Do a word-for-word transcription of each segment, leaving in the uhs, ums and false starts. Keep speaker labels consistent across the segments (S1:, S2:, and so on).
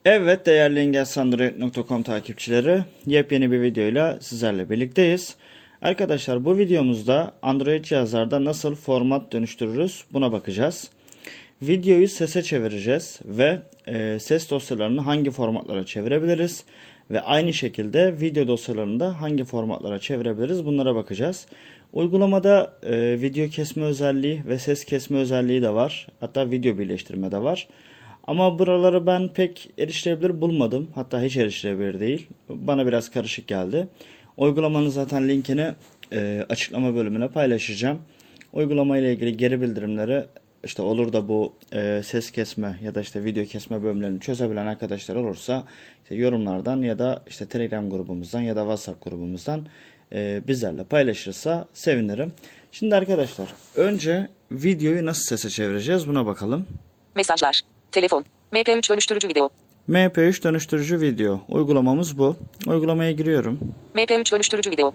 S1: Evet değerli engelsandroid nokta com takipçileri, yepyeni bir videoyla sizlerle birlikteyiz. Arkadaşlar bu videomuzda Android cihazlarda nasıl format dönüştürürüz buna bakacağız. Videoyu sese çevireceğiz ve e, ses dosyalarını hangi formatlara çevirebiliriz ve aynı şekilde video dosyalarını da hangi formatlara çevirebiliriz bunlara bakacağız. Uygulamada e, video kesme özelliği ve ses kesme özelliği de var, hatta video birleştirme de var. Ama buraları ben pek erişilebilir bulmadım. Hatta hiç erişilebilir değil. Bana biraz karışık geldi. Uygulamanın zaten linkini e, açıklama bölümüne paylaşacağım. Uygulama ile ilgili geri bildirimleri işte olur da bu e, ses kesme ya da işte video kesme bölümlerini çözebilen arkadaşlar olursa işte yorumlardan ya da işte Telegram grubumuzdan ya da WhatsApp grubumuzdan e, bizlerle paylaşırsa sevinirim. Şimdi arkadaşlar önce videoyu nasıl sese çevireceğiz buna bakalım.
S2: Mesajlar. Telefon. M P üç dönüştürücü video.
S1: M P üç dönüştürücü video. Uygulamamız bu. Uygulamaya giriyorum.
S2: M P üç dönüştürücü video.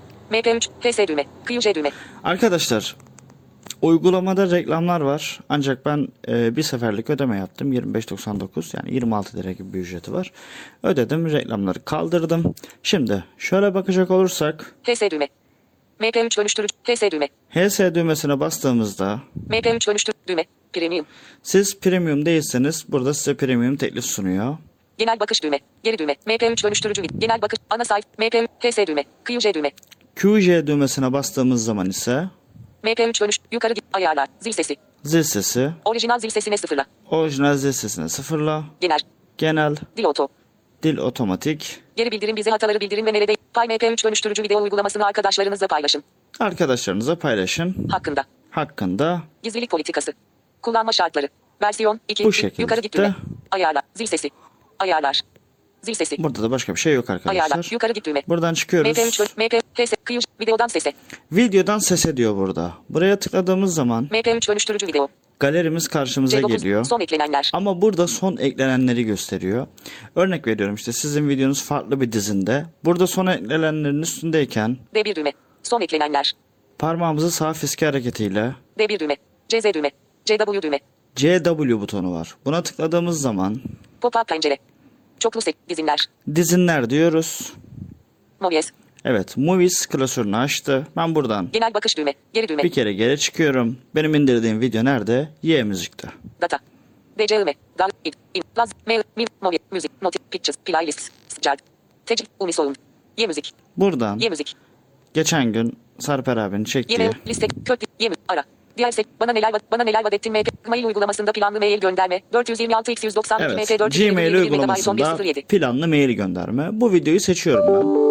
S2: M P üç, F S düğme, Q J düğme.
S1: Arkadaşlar, uygulamada reklamlar var. Ancak ben e, bir seferlik ödeme yaptım. yirmi beş doksan dokuz yani yirmi altı lira gibi bir ücreti var. Ödedim, reklamları kaldırdım. Şimdi şöyle bakacak olursak.
S2: F S düğme. M P üç dönüştürücü, F S düğme.
S1: H S düğmesine bastığımızda.
S2: M P üç dönüştür düğme, premium.
S1: Siz premium değilseniz burada size premium teklif sunuyor.
S2: Genel bakış düğme, geri düğme, M P üç dönüştürücü video, genel bakış, ana sayfa, M P üç, F S düğme, Q J düğme.
S1: Q J düğmesine bastığımız zaman ise.
S2: M P üç dönüş, yukarı git, ayarlar, zil sesi.
S1: Zil sesi.
S2: Orijinal zil sesine sıfırla.
S1: Orijinal zil sesine sıfırla.
S2: Genel.
S1: Genel.
S2: Dil oto.
S1: Dil otomatik.
S2: Geri bildirim bize hataları bildirin ve nerede? Pay M P üç dönüştürücü video uygulamasını arkadaşlarınızla paylaşın.
S1: Arkadaşlarınıza paylaşın.
S2: Hakkında.
S1: Hakkında.
S2: Gizlilik politikası. Kullanma şartları. Versiyon iki.
S1: Bu şekilde.
S2: Yukarı git düğme. Ayarlar. Zil sesi. Ayarlar. Zil sesi.
S1: Burada da başka bir şey yok arkadaşlar.
S2: Ayarlar. Yukarı git düğme.
S1: Buradan çıkıyoruz.
S2: M P üç, M P, F S, Q, videodan sese.
S1: Videodan sese diyor burada. Buraya tıkladığımız zaman.
S2: M P üç dönüştürücü video.
S1: Galerimiz karşımıza
S2: C dokuz,
S1: geliyor.
S2: son eklenenler.
S1: Ama burada son eklenenleri gösteriyor. Örnek veriyorum işte sizin videonuz farklı bir dizinde. Burada son eklenenlerin üstündeyken.
S2: D bir düğme. Son eklenenler.
S1: Parmağımızı sağ fiske hareketiyle.
S2: D bir düğme. C Z düğme. C W düğme.
S1: C W butonu var. Buna tıkladığımız zaman.
S2: Pop-up pencere. Çoklu sek, dizinler.
S1: Dizinler diyoruz.
S2: Movies.
S1: Evet, Movies klasörünü açtı. Ben buradan
S2: Genel bakış düğme. Geri düğme.
S1: bir kere geri çıkıyorum. Benim indirdiğim video nerede? Y Müzik'te.
S2: Data. D C M. Dal. It. In. Laz. Mail. Min. Movie. Music. Note. Pictures. Playlist. Scad. Tecil. Unisound. Y müzik.
S1: Buradan
S2: Y müzik.
S1: geçen gün Sarper abinin çektiği.
S2: Y liste. Kök. Y ara. Diğer sek. Bana neler vad- bana neler vaat ettin M P. Mail uygulamasında planlı mail gönderme. dört yüz yirmi altı x yüz doksan iki M
S1: Evet,
S2: P dört yüz yirmi
S1: Gmail
S2: bir megabayt on bir
S1: uygulamasında
S2: sıfır yedi.
S1: planlı mail gönderme. Bu videoyu seçiyorum ben.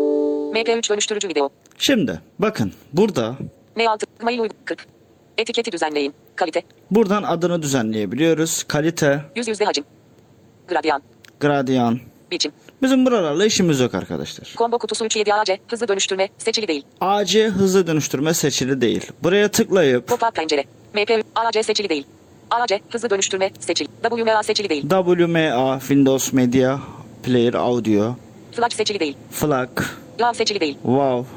S2: M P üç dönüştürücü video.
S1: Şimdi bakın burada.
S2: N altı. Mail uygu. kırk. Etiketi düzenleyin. Kalite.
S1: Buradan adını düzenleyebiliyoruz. Kalite,
S2: Yüz yüzde hacim. Gradyan.
S1: gradyan.
S2: Biçim.
S1: Bizim buralarla işimiz yok arkadaşlar.
S2: Combo kutusu üç yedi A C. Hızlı dönüştürme. Seçili değil.
S1: A C hızlı dönüştürme seçili değil. Buraya tıklayıp
S2: Pop-up pencere. M P A C seçili değil. A C hızlı dönüştürme seçili. W M A seçili değil.
S1: W M A Windows Media Player Audio,
S2: Flash seçili değil.
S1: FLAC,
S2: Lav seçili değil.
S1: WAV,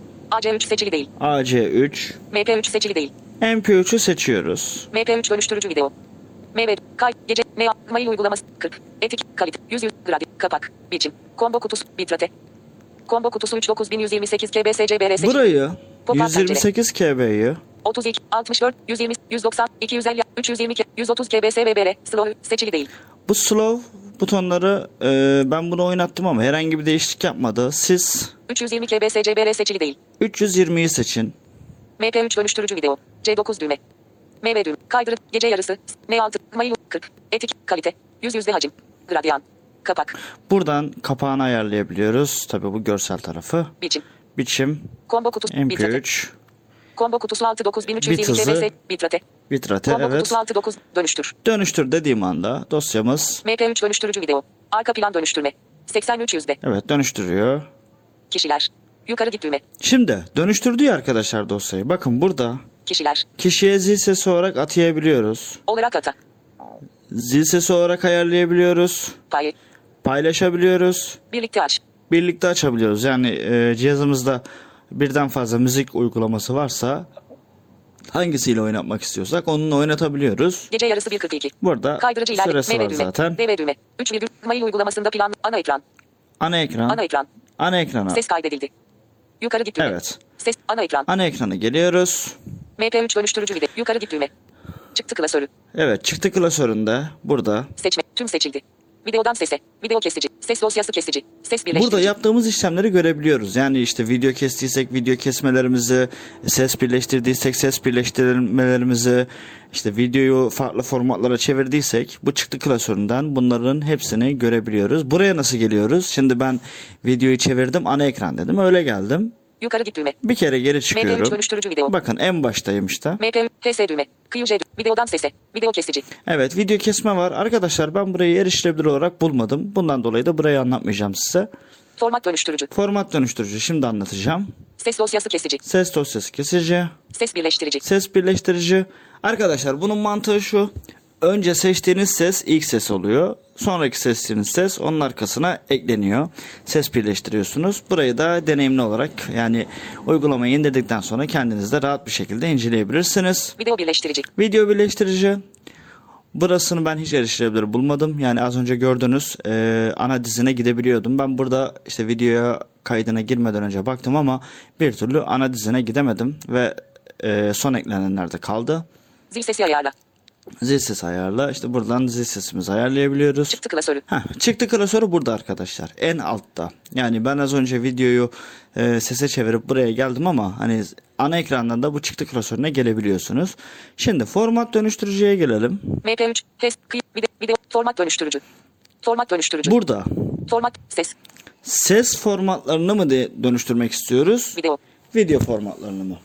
S2: A C üç seçili değil.
S1: A C üç,
S2: M P üç seçili değil.
S1: M P üç'ü seçiyoruz.
S2: M P üç dönüştürücü video. M B kay gece ne mail uygulaması kırk. Etik kalite yüz yüz gradi kapak biçim. Combo kutusu bitrate. Combo kutusu üç dokuz bin yüz yirmi sekiz K B S C B R seçili.
S1: Burayı
S2: Pop-up
S1: yüz yirmi sekiz K B'yi
S2: otuz iki, altmış dört, yüz yirmi, yüz doksan, iki yüz elli, üç yüz yirmi, yüz otuz K B S B B R slow seçili değil.
S1: bu slow butonları e, ben bunu oynattım ama herhangi bir değişiklik yapmadı. Siz
S2: üç yüz yirmi K B S C B R seçili değil.
S1: üç yüz yirmiyi seçin.
S2: M P üç dönüştürücü video. C dokuz düğme. M B düğme. Kaydırı. Gece yarısı. N altı. Mail kırk. Etik. Kalite. Yüz yüzde hacim. Gradyan. Kapak.
S1: Buradan kapağını ayarlayabiliyoruz. Tabii bu görsel tarafı.
S2: Biçim.
S1: Biçim,
S2: Combo kutusu.
S1: M P
S2: Bitrate.
S1: üç,
S2: Combo kutusu altı dokuz bin üç yüz yirmi
S1: Bit
S2: K B
S1: hızı.
S2: S. Bitrate.
S1: bitrate,
S2: Combo
S1: evet.
S2: kutusu altı dokuz. Dönüştür.
S1: Dönüştür dediğim anda dosyamız,
S2: M P üç dönüştürücü video. Arka plan dönüştürme. seksen üç yüzde.
S1: evet, dönüştürüyor.
S2: Kişiler. Yukarı git düğme.
S1: Şimdi dönüştürdü ya arkadaşlar dosyayı. Bakın burada
S2: Kişiler.
S1: kişiye zil sesi olarak atayabiliyoruz.
S2: Olarak ata.
S1: Zil sesi olarak ayarlayabiliyoruz.
S2: Payı.
S1: Paylaşabiliyoruz.
S2: Birlikte aç.
S1: Birlikte açabiliyoruz. Yani e, cihazımızda birden fazla müzik uygulaması varsa Hangisiyle oynatmak istiyorsak onunla oynatabiliyoruz.
S2: Gece yarısı bir kırk iki.
S1: Burada
S2: Kaydırıcı ilerle.
S1: süresi
S2: M V
S1: var
S2: düğme.
S1: zaten.
S2: D V düğme. üç virgül Gmail uygulamasında plan. Ana ekran.
S1: Ana ekran.
S2: Ana ekran.
S1: Ana ekrana.
S2: Ses kaydedildi. Yukarı git düğme.
S1: Evet.
S2: Ses. Ana ekran.
S1: Ana ekrana geliyoruz.
S2: M P üç dönüştürücü video. Yukarı git düğme. Çıktı klasörü.
S1: Evet, çıktı klasöründe burada.
S2: Seçme. Tüm seçildi. Videodan sese. Video kesici. Ses dosyası kesici. Ses birleştirici.
S1: Burada yaptığımız işlemleri görebiliyoruz. Yani işte video kestiysek video kesmelerimizi, ses birleştirdiysek ses birleştirmelerimizi, işte videoyu farklı formatlara çevirdiysek bu çıktı klasöründen bunların hepsini görebiliyoruz. Buraya nasıl geliyoruz? Şimdi ben videoyu çevirdim, ana ekran dedim, öyle geldim.
S2: Yukarı git düğme.
S1: Bir kere geri
S2: M P üç
S1: çıkıyorum.
S2: dönüştürücü video.
S1: Bakın en baştayım işte.
S2: M P üç H S düğme. Q J düğme. Videodan sese. Video kesici.
S1: Evet, video kesme var. Arkadaşlar ben burayı erişilebilir olarak bulmadım. Bundan dolayı da burayı anlatmayacağım size.
S2: Format dönüştürücü.
S1: Format dönüştürücü şimdi anlatacağım.
S2: Ses dosyası kesici.
S1: Ses dosyası kesici.
S2: Ses birleştirici.
S1: Ses birleştirici. Arkadaşlar bunun mantığı şu. Önce seçtiğiniz ses ilk ses oluyor. Sonraki seçtiğiniz ses onun arkasına ekleniyor. Ses birleştiriyorsunuz. Burayı da deneyimli olarak yani uygulamayı indirdikten sonra kendiniz de rahat bir şekilde inceleyebilirsiniz.
S2: Video birleştirici.
S1: Video birleştirici. Burasını ben hiç erişilebilir bulmadım. Yani az önce gördünüz e, ana dizine gidebiliyordum. Ben burada işte videoya kaydına girmeden önce baktım ama bir türlü ana dizine gidemedim. Ve e, son eklenenlerde kaldı.
S2: Zil sesi ayarla.
S1: Zil sesi ayarla. İşte buradan zil sesimizi ayarlayabiliyoruz.
S2: Çıktı klasörü.
S1: Heh, çıktı klasörü burada arkadaşlar. En altta. Yani ben az önce videoyu e, sese çevirip buraya geldim ama hani ana ekrandan da bu çıktı klasörüne gelebiliyorsunuz. Şimdi format dönüştürücüye gelelim.
S2: M P üç H S kıyı video, video format dönüştürücü. Format dönüştürücü.
S1: Burada
S2: Format ses.
S1: ses formatlarını mı de dönüştürmek istiyoruz?
S2: Video.
S1: Video formatlarını mı?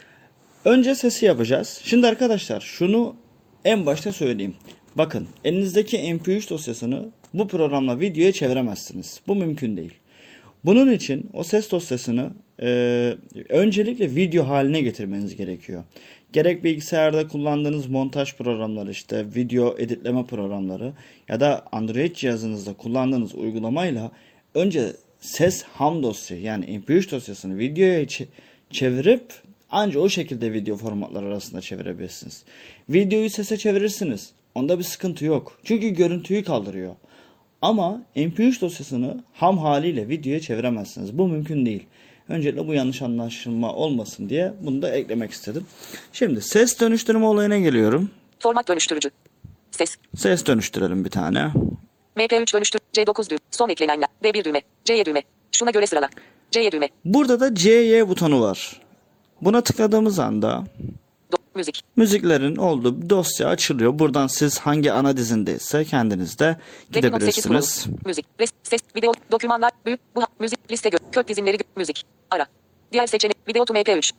S1: Önce sesi yapacağız. Şimdi arkadaşlar şunu en başta söyleyeyim. Bakın elinizdeki M P üç dosyasını bu programla videoya çeviremezsiniz. Bu mümkün değil. Bunun için o ses dosyasını e, öncelikle video haline getirmeniz gerekiyor. Gerek bilgisayarda kullandığınız montaj programları, işte video editleme programları ya da Android cihazınızda kullandığınız uygulamayla önce ses ham dosya yani M P üç dosyasını videoya ç- çevirip ancak o şekilde video formatları arasında çevirebilirsiniz. Videoyu sese çevirirsiniz. Onda bir sıkıntı yok. Çünkü görüntüyü kaldırıyor. Ama M P üç dosyasını ham haliyle videoya çeviremezsiniz. Bu mümkün değil. Öncelikle bu yanlış anlaşılma olmasın diye bunu da eklemek istedim. Şimdi ses dönüştürme olayına geliyorum.
S2: Format dönüştürücü. Ses.
S1: Ses dönüştürelim bir tane.
S2: M P üç dönüştür. C dokuz düğme. Son eklenenler. D bir düğme. C Y düğme. Şuna göre sırala. C Y düğme.
S1: Burada da C Y butonu var. Buna tıkladığımız anda
S2: Do müzik.
S1: müziklerin olduğu bir dosya açılıyor. Buradan siz hangi ana dizindeyse kendiniz de gidebilirsiniz.
S2: Müzik. Res, ses. Video. Dokümanlar. Büyük. Bu. Müzik. Liste. Gö kök dizinleri. Müzik. Ara. Diğer seçenek. Video to M P üç.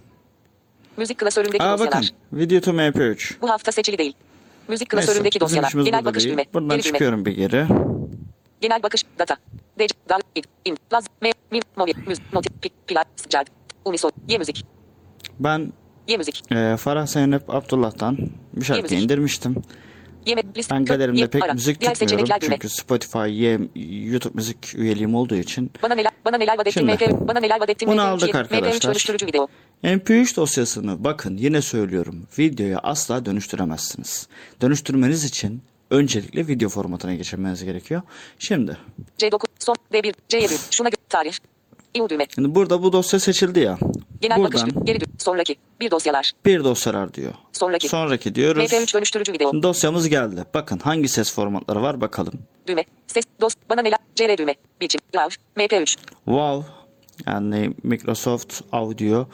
S2: Müzik klasöründeki
S1: Aa
S2: dosyalar.
S1: bakın. Video to M P üç.
S2: Bu hafta seçili değil. Müzik
S1: Neyse,
S2: klasöründeki
S1: bizim
S2: dosyalar.
S1: işimiz
S2: Genel
S1: burada
S2: bakış
S1: değil.
S2: düğme.
S1: Buradan
S2: Geri düğme.
S1: çıkıyorum bir geri.
S2: Genel bakış. Data. D. Dal. İd. In. Laz. Me. Mim. Mobi. Müzik. Noti. Pik. Pilar. Sıcad. Unisol. Y müzik.
S1: Ben
S2: Y müzik.
S1: e, Farah Zeynep Abdullah'tan bir şarkı
S2: müzik.
S1: indirmiştim.
S2: Y me- list.
S1: Ben
S2: kök,
S1: galerimde
S2: Y,
S1: pek
S2: ara.
S1: müzik
S2: Diğer
S1: tutmuyorum.
S2: seçenekler düğme.
S1: Çünkü Spotify, Y, YouTube müzik üyeliğim olduğu için.
S2: Bana neler, bana neler vaat ettin
S1: Şimdi,
S2: M P üç, bana neler vaat ettin
S1: bunu
S2: M P üç,
S1: aldık
S2: M P üç
S1: arkadaşlar.
S2: dönüştürücü video.
S1: M P üç dosyasını bakın yine söylüyorum. Videoya asla dönüştüremezsiniz. Dönüştürmeniz için öncelikle video formatına geçirmeniz gerekiyor. Şimdi,
S2: C dokuz, son, D bir, C yedi, şuna göre tarih. İ U düğme.
S1: şimdi burada bu dosya seçildi ya.
S2: Genel bakış
S1: Buradan
S2: düğme. Geri düğme. Sonraki. Bir dosyalar.
S1: bir dosyalar diyor.
S2: Sonraki.
S1: Sonraki
S2: M
S1: diyoruz.
S2: P üç dönüştürücü video.
S1: Şimdi dosyamız geldi. Bakın hangi ses formatları var bakalım.
S2: Düğme. Ses, dos, bana neler, C R düğme. Biçim, lav, M P üç.
S1: Wow. Yani Microsoft Audio,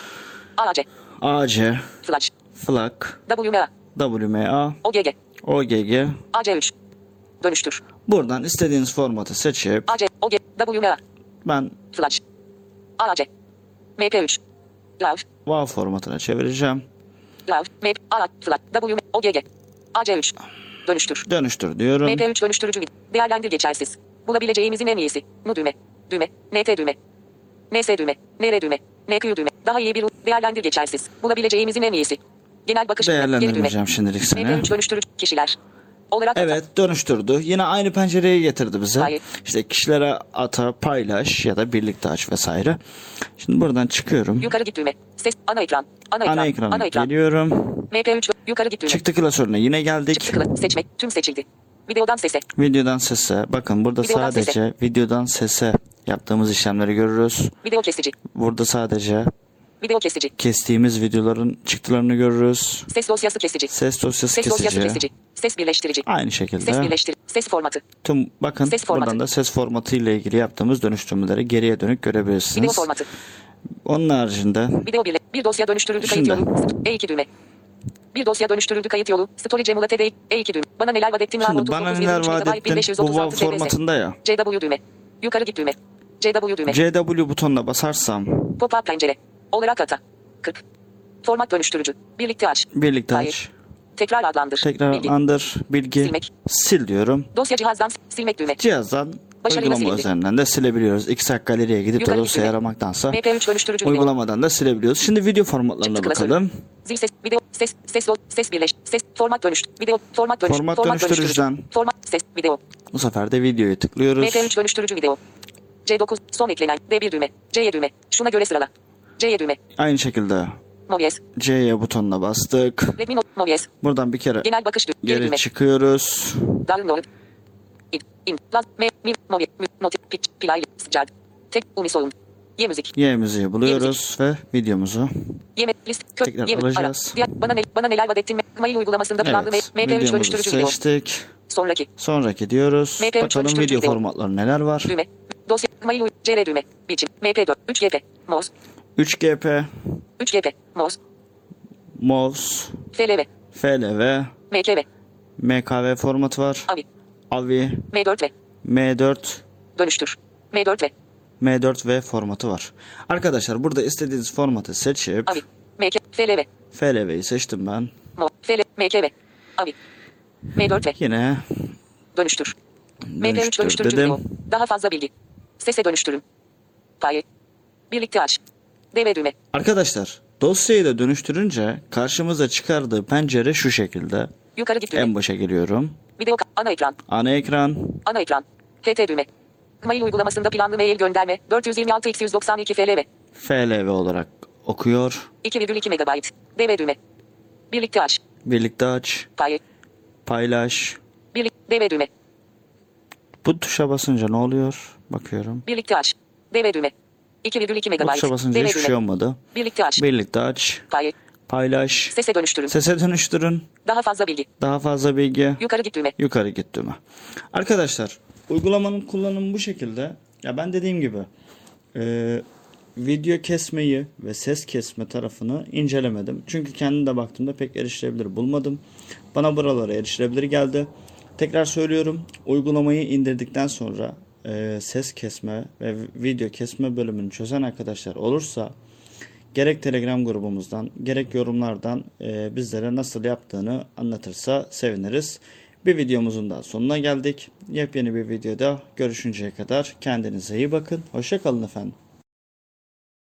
S2: A C.
S1: A C,
S2: Flash.
S1: FLAC,
S2: W M A.
S1: W M A,
S2: O G G.
S1: O G G.
S2: A C üç. Dönüştür.
S1: Buradan istediğiniz formatı seçip
S2: A C, O G, W M A.
S1: ben
S2: Flash. A C. M P üç. Lav,
S1: WAV formatına çevireceğim.
S2: lav, M P, A, Flash, W M A, O G G. A C üç. Dönüştür.
S1: Dönüştür diyorum.
S2: M P üç dönüştürücü video. Değerlendir geçersiz. Bulabileceğimizin en iyisi. Nu düğme. Düğme. N T düğme. N S düğme. N R düğme. N Q düğme. Daha iyi bir u- değerlendir geçersiz. Bulabileceğimizin en iyisi. Genel bakış düğme. Geri düğme.
S1: Değerlendirmeyeceğim şimdilik
S2: M P
S1: seni.
S2: üç dönüştürücü kişiler. Olarak ata.
S1: Evet, dönüştürdü. Yine aynı pencereye getirdi bize.
S2: Hayır.
S1: İşte kişilere ata, paylaş ya da birlikte aç vesaire. Şimdi buradan çıkıyorum.
S2: Yukarı git düğme. Ses ana ekran. Ana ekran.
S1: Ana ekrana
S2: Ana ekran.
S1: geliyorum.
S2: M P üç yukarı git düğme.
S1: Çıktı klasörüne yine geldik.
S2: Çıktı klas. Seçmek. Tüm seçildi. Videodan sese.
S1: Videodan sese. Bakın burada
S2: Videodan
S1: sadece
S2: sese.
S1: videodan sese yaptığımız işlemleri görürüz.
S2: Video kesici.
S1: Burada sadece
S2: Video kesici.
S1: kestiğimiz videoların çıktılarını görürüz.
S2: Ses dosyası kesici.
S1: Ses dosyası
S2: Ses dosyası
S1: kesici.
S2: kesici. Ses birleştirici.
S1: Aynı
S2: Ses
S1: şekilde
S2: birleştir. Ses formatı.
S1: tüm bakın
S2: Ses formatı.
S1: buradan da ses formatı ile ilgili yaptığımız dönüştürmeleri geriye dönük
S2: Video
S1: görebilirsiniz.
S2: formatı.
S1: Onun haricinde
S2: Video birle. Bir dosya dönüştürüldü kayıt
S1: Şimdi.
S2: yolu. E iki düğme. Bir dosya dönüştürüldü kayıt yolu. Storage emulated E- E2 düğme. Bana neler vaat ettin?
S1: şimdi bana neler vaat ettin? Bu WAV formatında ya.
S2: C W düğme. Yukarı git düğme. C W düğme.
S1: C W butonuna basarsam
S2: Pop-up pencere. Olarak ata. kırk. Format dönüştürücü. Birlikte aç.
S1: birlikte
S2: Hayır.
S1: aç.
S2: Tekrar adlandır.
S1: Tekrar
S2: Bilgi.
S1: andır, bilgi,
S2: Silmek.
S1: sil diyorum.
S2: Dosya cihazdan silmek düğme.
S1: Cihazdan
S2: Başarıyla
S1: uygulama
S2: silindi.
S1: üzerinden de silebiliyoruz. İki saat galeriye gidip de
S2: Yukarı
S1: dosya
S2: gitme.
S1: aramaktansa
S2: M P üç dönüştürücü video.
S1: uygulamadan da silebiliyoruz. Şimdi video formatlarına
S2: Çıktı klasörü.
S1: bakalım.
S2: Zil ses, video, ses, ses, yol, ses birleş, ses, format dönüş, video, format dönüş,
S1: Format
S2: dönüştürücü,
S1: dönüştürücüden.
S2: format, ses, video,
S1: Bu sefer de videoyu tıklıyoruz.
S2: M P üç dönüştürücü video, C dokuz, son eklenen, D bir düğme, C düğme, şuna göre sırala, C düğme,
S1: Aynı şekilde
S2: Movies,
S1: C'ye butonuna bastık.
S2: Redmi Note, Movies,
S1: Buradan bir kere
S2: genel bakış düğme, geri
S1: geri
S2: düğme,
S1: çıkıyoruz.
S2: download, in, in, laz, me, mi, movies, mü, note, pitch, play, sıcak, tek, umisoğun, ye müzik,
S1: Y müziği buluyoruz ve videomuzu
S2: yeme, list, kö,
S1: tekrar
S2: yeme,
S1: alacağız.
S2: ara, diğer, bana ne, bana neler vaat ettin, mail uygulamasında planlı
S1: Evet,
S2: M P üç
S1: videomuzu
S2: dönüştürücü video,
S1: seçtik.
S2: sonraki,
S1: Sonraki diyoruz.
S2: M P üç
S1: Bakalım
S2: dönüştürücü
S1: video
S2: video.
S1: formatları neler var.
S2: düğme, dosya, mail, uy- C R düğme, biçim, M P dört, üç G P, mouse,
S1: üç G P,
S2: üç G P, mouse,
S1: mouse,
S2: F L V,
S1: F L V,
S2: M K V,
S1: M K V formatı var.
S2: A V I,
S1: A V I,
S2: M dört V,
S1: M dört,
S2: dönüştür, M dört V,
S1: M dört V formatı var. Arkadaşlar burada istediğiniz formatı seçip
S2: A V I, M K, F L V,
S1: F L V'yi seçtim ben.
S2: Mo, F L, M K V, A V I, M dört V,
S1: Yine
S2: dönüştür, M P üç
S1: dönüştür
S2: dönüştürücü
S1: dedim.
S2: video, daha fazla bilgi, sese dönüştürün, payı, birlikte aç, D V düğme,
S1: Arkadaşlar dosyayı da dönüştürünce karşımıza çıkardığı pencere şu şekilde.
S2: yukarı git düğme,
S1: En başa geliyorum.
S2: video, ka- ana ekran,
S1: Ana ekran,
S2: ana ekran, T T düğme, mail uygulamasında planlı mail gönderme, dört yüz yirmi altı x yüz doksan iki F L V,
S1: F L V olarak okuyor.
S2: iki virgül iki megabayt, D V düğme, birlikte aç,
S1: Birlikte aç,
S2: payı,
S1: paylaş.
S2: birlik, D V düğme,
S1: Bu tuşa basınca ne oluyor? Bakıyorum.
S2: birlikte aç, D V düğme, iki virgül iki
S1: Bu
S2: megabayt,
S1: tuşa basınca
S2: D V
S1: hiçbir
S2: düğme,
S1: şey olmadı.
S2: birlikte aç,
S1: Birlikte aç,
S2: payı,
S1: paylaş.
S2: sese dönüştürün,
S1: Sese dönüştürün.
S2: daha fazla bilgi,
S1: Daha fazla bilgi.
S2: yukarı git düğme,
S1: Yukarı git düğme. Arkadaşlar uygulamanın kullanımı bu şekilde. Ya ben dediğim gibi e, video kesmeyi ve ses kesme tarafını incelemedim. Çünkü kendim de baktığımda pek erişilebilir bulmadım. Bana buralara erişilebilir geldi. Tekrar söylüyorum, uygulamayı indirdikten sonra e, ses kesme ve video kesme bölümünü çözen arkadaşlar olursa gerek Telegram grubumuzdan gerek yorumlardan e, bizlere nasıl yaptığını anlatırsa seviniriz. Bir videomuzun daha sonuna geldik. Yepyeni bir videoda görüşünceye kadar kendinize iyi bakın. Hoşça kalın efendim.